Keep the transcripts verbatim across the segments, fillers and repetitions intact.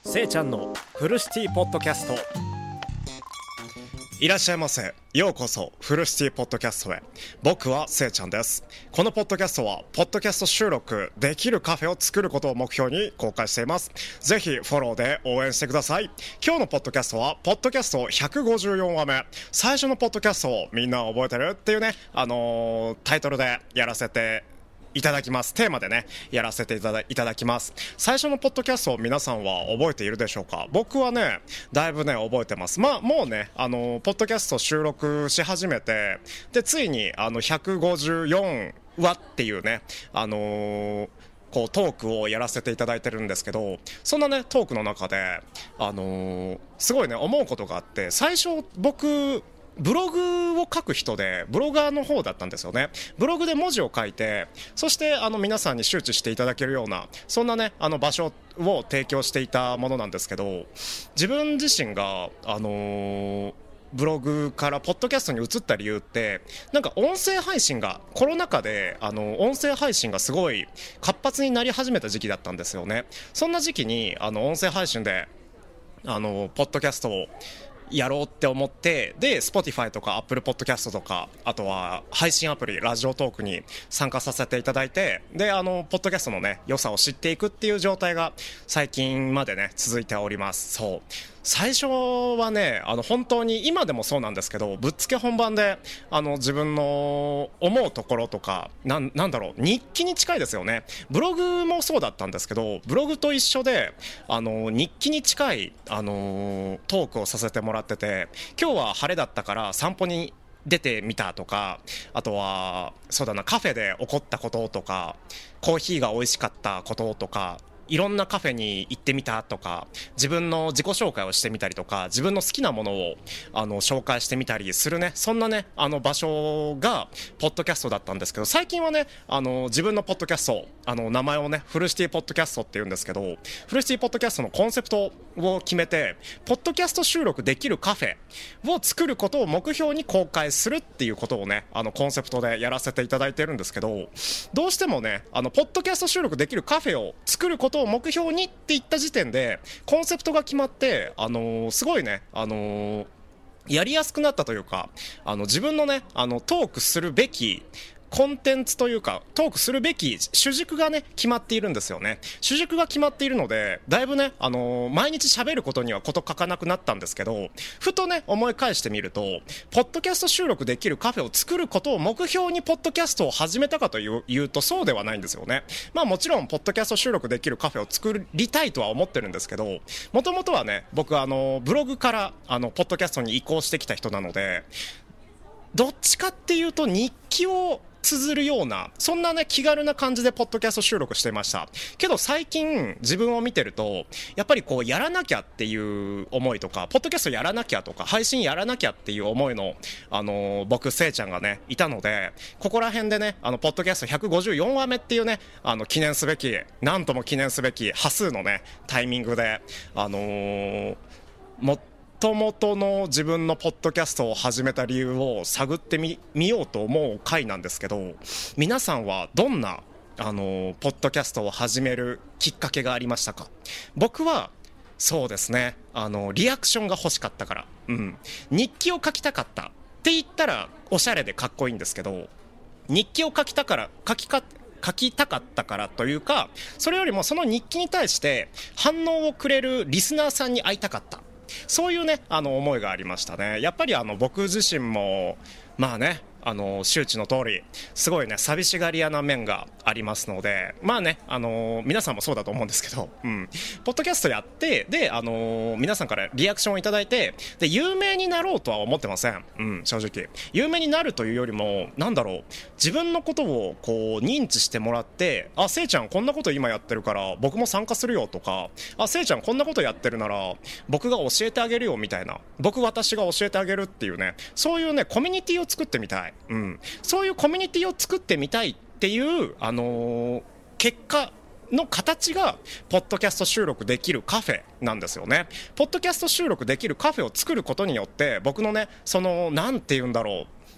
せいちゃんのフルシティポッドキャスト。 いらっしゃいませ。ようこそフルシティポッドキャストへ。僕はせいちゃんです。このポッドキャストはポッドキャスト収録できるカフェを作ることを目標に公開しています。ぜひフォローで応援してください。今日のポッドキャストはポッドキャストひゃくごじゅうよんわめ、最初のポッドキャストをみんな覚えてるっていうね、あのー、タイトルでやらせていただきます。テーマでねやらせていただいただきます。最初のポッドキャストを皆さんは覚えているでしょうか？僕はねだいぶね覚えてます。まあもうねあのポッドキャスト収録し始めて、でついにあのひゃくごじゅうよんわっていうねあのーこうトークをやらせていただいてるんですけど、そんなねトークの中であのー、すごいね思うことがあって、最初僕ブログを書く人でブロガーの方だったんですよね。ブログで文字を書いて、そしてあの皆さんに周知していただけるようなそんなねあの場所を提供していたものなんですけど、自分自身があのーブログからポッドキャストに移った理由って、なんか音声配信がコロナ禍であの音声配信がすごい活発になり始めた時期だったんですよね。そんな時期にあの音声配信であのポッドキャストをやろうって思って、で Spotify とか Apple Podcast とか、あとは配信アプリラジオトークに参加させていただいて、であのポッドキャストのね良さを知っていくっていう状態が最近までね続いております。そう最初はねあの本当に今でもそうなんですけど、ぶっつけ本番であの自分の思うところとかなん、なんだろう日記に近いですよね。ブログもそうだったんですけど、ブログと一緒であの日記に近いあのトークをさせてもらってて、今日は晴れだったから散歩に出てみたとか、あとはそうだなカフェで起こったこととか、コーヒーが美味しかったこととか、いろんなカフェに行ってみたとか、自分の自己紹介をしてみたりとか、自分の好きなものをあの紹介してみたりするね、そんなねあの場所がポッドキャストだったんですけど、最近はねあの自分のポッドキャスト、あの名前をねフルシティポッドキャストって言うんですけど、フルシティポッドキャストのコンセプトを決めて、ポッドキャスト収録できるカフェを作ることを目標に公開するっていうことをねあのコンセプトでやらせていただいてるんですけど、どうしてもねあのポッドキャスト収録できるカフェを作ることを目標にって言った時点でコンセプトが決まって、あのー、すごいね、あのー、やりやすくなったというか、あの自分のねあのトークするべきコンテンツというかトークするべき主軸がね決まっているんですよね。主軸が決まっているので、だいぶね、あのー、毎日喋ることにはこと書かなくなったんですけど、ふとね思い返してみると、ポッドキャスト収録できるカフェを作ることを目標にポッドキャストを始めたかという言うとそうではないんですよね。まあもちろんポッドキャスト収録できるカフェを作りたいとは思ってるんですけど、もともとはね僕あのブログからあのポッドキャストに移行してきた人なので、どっちかっていうと日記を綴るようなそんなね気軽な感じでポッドキャスト収録していましたけど、最近自分を見てるとやっぱりこうやらなきゃっていう思いとか、ポッドキャストやらなきゃとか配信やらなきゃっていう思いの、あのー、僕せいちゃんがねいたので、ここら辺でねあのポッドキャストひゃくごじゅうよんわめっていうねあの記念すべき、なんとも記念すべき波数のねタイミングであのー、ももともとの自分のポッドキャストを始めた理由を探ってみ、みようと思う回なんですけど、皆さんはどんなあのポッドキャストを始めるきっかけがありましたか？僕はそうですね、あのリアクションが欲しかったから、うん、日記を書きたかったって言ったらおしゃれでかっこいいんですけど、日記を書きたから書きか書きたかったからというか、それよりもその日記に対して反応をくれるリスナーさんに会いたかった、そういうねあの思いがありましたね。やっぱりあの僕自身もまあねあの周知の通りすごいね寂しがり屋な面がありますので、まあねあの皆さんもそうだと思うんですけど、うん、ポッドキャストやってであの皆さんからリアクションをいただいて、で有名になろうとは思ってません、うん、正直有名になるというよりもなんだろう、自分のことをこう認知してもらって、あせいちゃんこんなこと今やってるから僕も参加するよとか、あせいちゃんこんなことやってるなら僕が教えてあげるよみたいな、僕私が教えてあげるっていうね、そういうねコミュニティを作ってみたい、うん、そういうコミュニティを作ってみたいっていう、あのー、結果の形がポッドキャスト収録できるカフェなんですよね。ポッドキャスト収録できるカフェを作ることによって、僕のねそのなんて言うんだろう、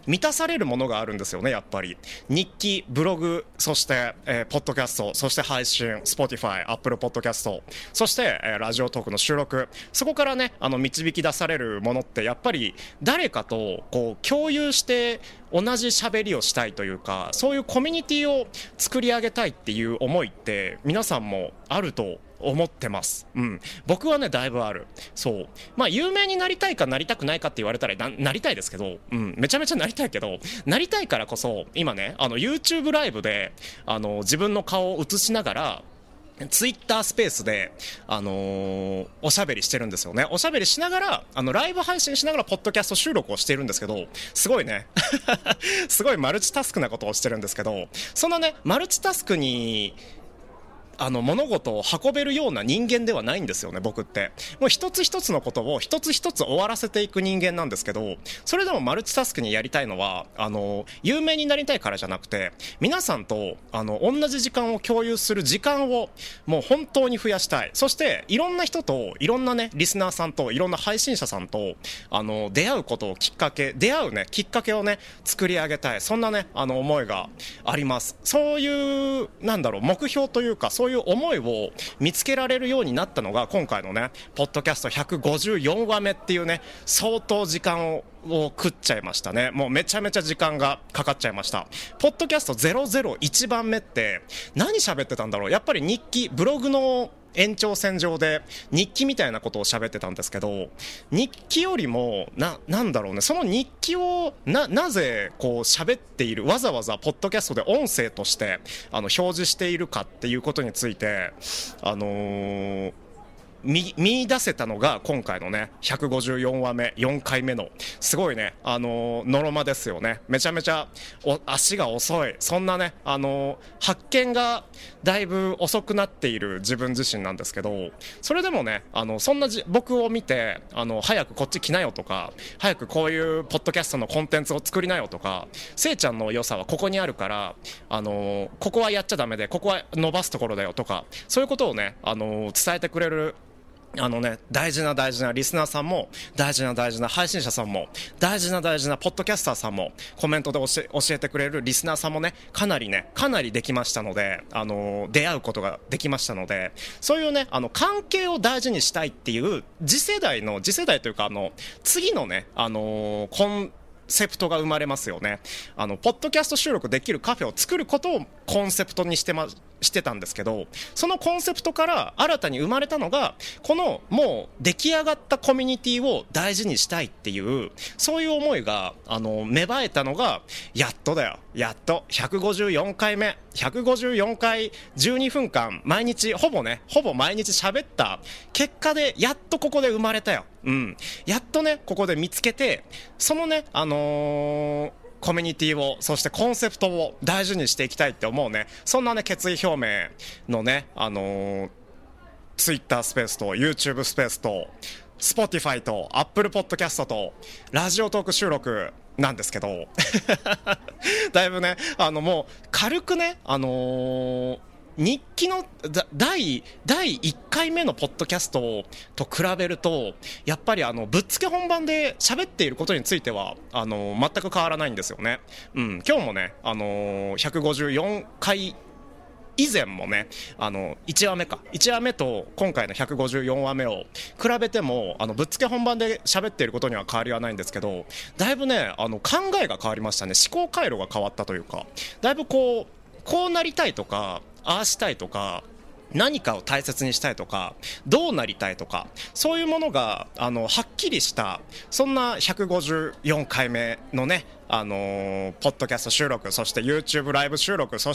満たされるものがあるんですよね。やっぱり日記、ブログ、そして、えー、ポッドキャスト、そして配信、 Spotify、 Apple ポッドキャスト、そして、えー、ラジオトークの収録、そこからねあの導き出されるものってやっぱり誰かとこう共有して同じ喋りをしたいというか、そういうコミュニティを作り上げたいっていう思いって皆さんもあると思ってます、うん、僕はねだいぶある。そうまあ有名になりたいかなりたくないかって言われたら な, なりたいですけど、うん、めちゃめちゃなりたいけど、なりたいからこそ今ねあの YouTube ライブであの自分の顔を映しながらツイッタースペースで、あのー、おしゃべりしてるんですよね。おしゃべりしながらあのライブ配信しながらポッドキャスト収録をしているんですけど、すごいねすごいマルチタスクなことをしてるんですけど、そのねマルチタスクにあの物事を運べるような人間ではないんですよね。僕ってもう一つ一つのことを一つ一つ終わらせていく人間なんですけど、それでもマルチタスクにやりたいのはあの有名になりたいからじゃなくて、皆さんとあの同じ時間を共有する時間をもう本当に増やしたい。そしていろんな人といろんなねリスナーさんといろんな配信者さんとあの出会うことをきっかけ出会うねきっかけをね作り上げたい、そんなねあの思いがあります。そういうなんだろう目標というか、そういう思いを見つけられるようになったのが今回のねポッドキャストひゃくごじゅうよんわめっていうね、相当時間をを食っちゃいましたね。もうめちゃめちゃ時間がかかっちゃいました。ポッドキャストゼロゼロいちばんめって何喋ってたんだろう。やっぱり日記、ブログの延長線上で日記みたいなことを喋ってたんですけど、日記よりもな、なんだろうね、その日記をな、なぜこう喋っている、わざわざポッドキャストで音声としてあの表示しているかっていうことについてあのー見, 見出せたのが今回のねひゃくごじゅうよんわめよんかいめのすごいねあのノロマですよね。めちゃめちゃお足が遅い、そんなねあの発見がだいぶ遅くなっている自分自身なんですけど、それでもねあのそんなじ僕を見てあの早くこっち来なよとか、早くこういうポッドキャストのコンテンツを作りなよとか、せいちゃんの良さはここにあるからあのここはやっちゃダメでここは伸ばすところだよとか、そういうことをねあの伝えてくれるあのね、大事な大事なリスナーさんも、大事な大事な配信者さんも、大事な大事なポッドキャスターさんも、コメントで教え、教えてくれるリスナーさんもね、かなりね、かなりできましたので、あのー、出会うことができましたので、そういうね、あの、関係を大事にしたいっていう、次世代の、次世代というか、あの、次のね、あのー、コンセプトが生まれますよね。あの、ポッドキャスト収録できるカフェを作ることをコンセプトにしてま、してたんですけど、そのコンセプトから新たに生まれたのがこのもう出来上がったコミュニティを大事にしたいっていう、そういう思いがあの芽生えたのがやっとだよ。やっとひゃくごじゅうよんかいめひゃくごじゅうよんかいじゅうにふんかん毎日ほぼねほぼ毎日喋った結果でやっとここで生まれたよ。うん、やっとねここで見つけて、そのねあのーコミュニティを、そしてコンセプトを大事にしていきたいって思うね、そんなね決意表明のねあのー、Twitter スペースと YouTube スペースと Spotify と Apple ポッドキャストとラジオトーク収録なんですけどだいぶねあのもう軽くねあのー日記の第第いっかいめのポッドキャストと比べるとやっぱりあのぶっつけ本番で喋っていることについてはあの全く変わらないんですよね。うん、今日もねあのひゃくごじゅうよんかい以前もねあのいちわめかいちわめと今回のひゃくごじゅうよんわめを比べてもあのぶっつけ本番で喋っていることには変わりはないんですけど、だいぶねあの考えが変わりましたね。思考回路が変わったというか、だいぶこうこうなりたいとかああしたいとか何かを大切にしたいとかどうなりたいとか、そういうものがあのはっきりしたそんなひゃくごじゅうよんかいめのねあのー、ポッドキャスト収録、そして YouTube ライブ収録、そして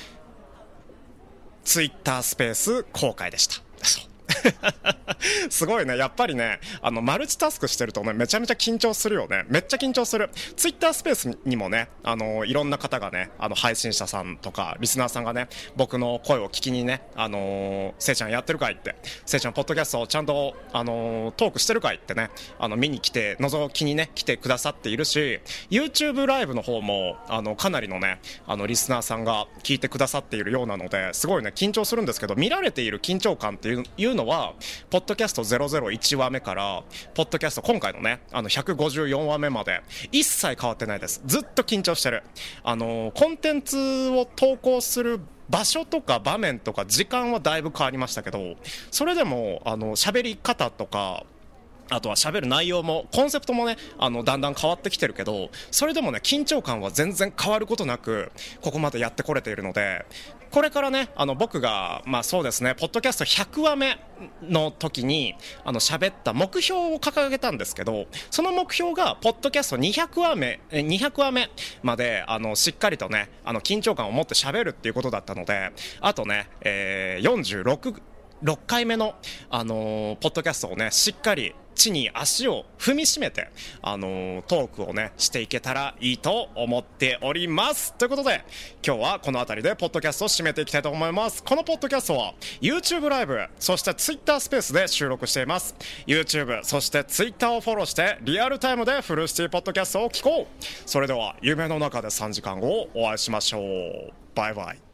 Twitter スペース公開でした。そうすごいね、やっぱりねあのマルチタスクしてるとねめちゃめちゃ緊張するよね。めっちゃ緊張する。ツイッタースペースにもねあのいろんな方がねあの配信者さんとかリスナーさんがね僕の声を聞きにねあのせいちゃんやってるかいって、せいちゃんポッドキャストをちゃんとあのトークしてるかいってねあの見に来て覗きにね来てくださっているし、 YouTube ライブの方もあのかなりのねあのリスナーさんが聞いてくださっているようなので、すごいね緊張するんですけど、見られている緊張感っていういうのはポッドドキャストゼロゼロいちわめからポッドキャスト今回のねあのひゃくごじゅうよんわめまで一切変わってないです。ずっと緊張してる。あのコンテンツを投稿する場所とか場面とか時間はだいぶ変わりましたけど、それでもあの喋り方とかあとは喋る内容もコンセプトもねあのだんだん変わってきてるけど、それでもね緊張感は全然変わることなくここまでやってこれているので、これからねあの僕がまあそうですねポッドキャストひゃくわめの時にあの喋った目標を掲げたんですけど、その目標がポッドキャストにひゃくわめにひゃくわめまであのしっかりとねあの緊張感を持って喋るっていうことだったので、あとね、えー、よんじゅうろく ろっかいめの、あのー、ポッドキャストをねしっかり地に足を踏みしめて、あのー、トークをねしていけたらいいと思っております。ということで今日はこの辺りでポッドキャストを締めていきたいと思います。このポッドキャストは YouTube ライブそして Twitter スペースで収録しています。 YouTube そして Twitter をフォローしてリアルタイムでフルシティポッドキャストを聞こう。それでは夢の中でさんじかんごお会いしましょう。バイバイ。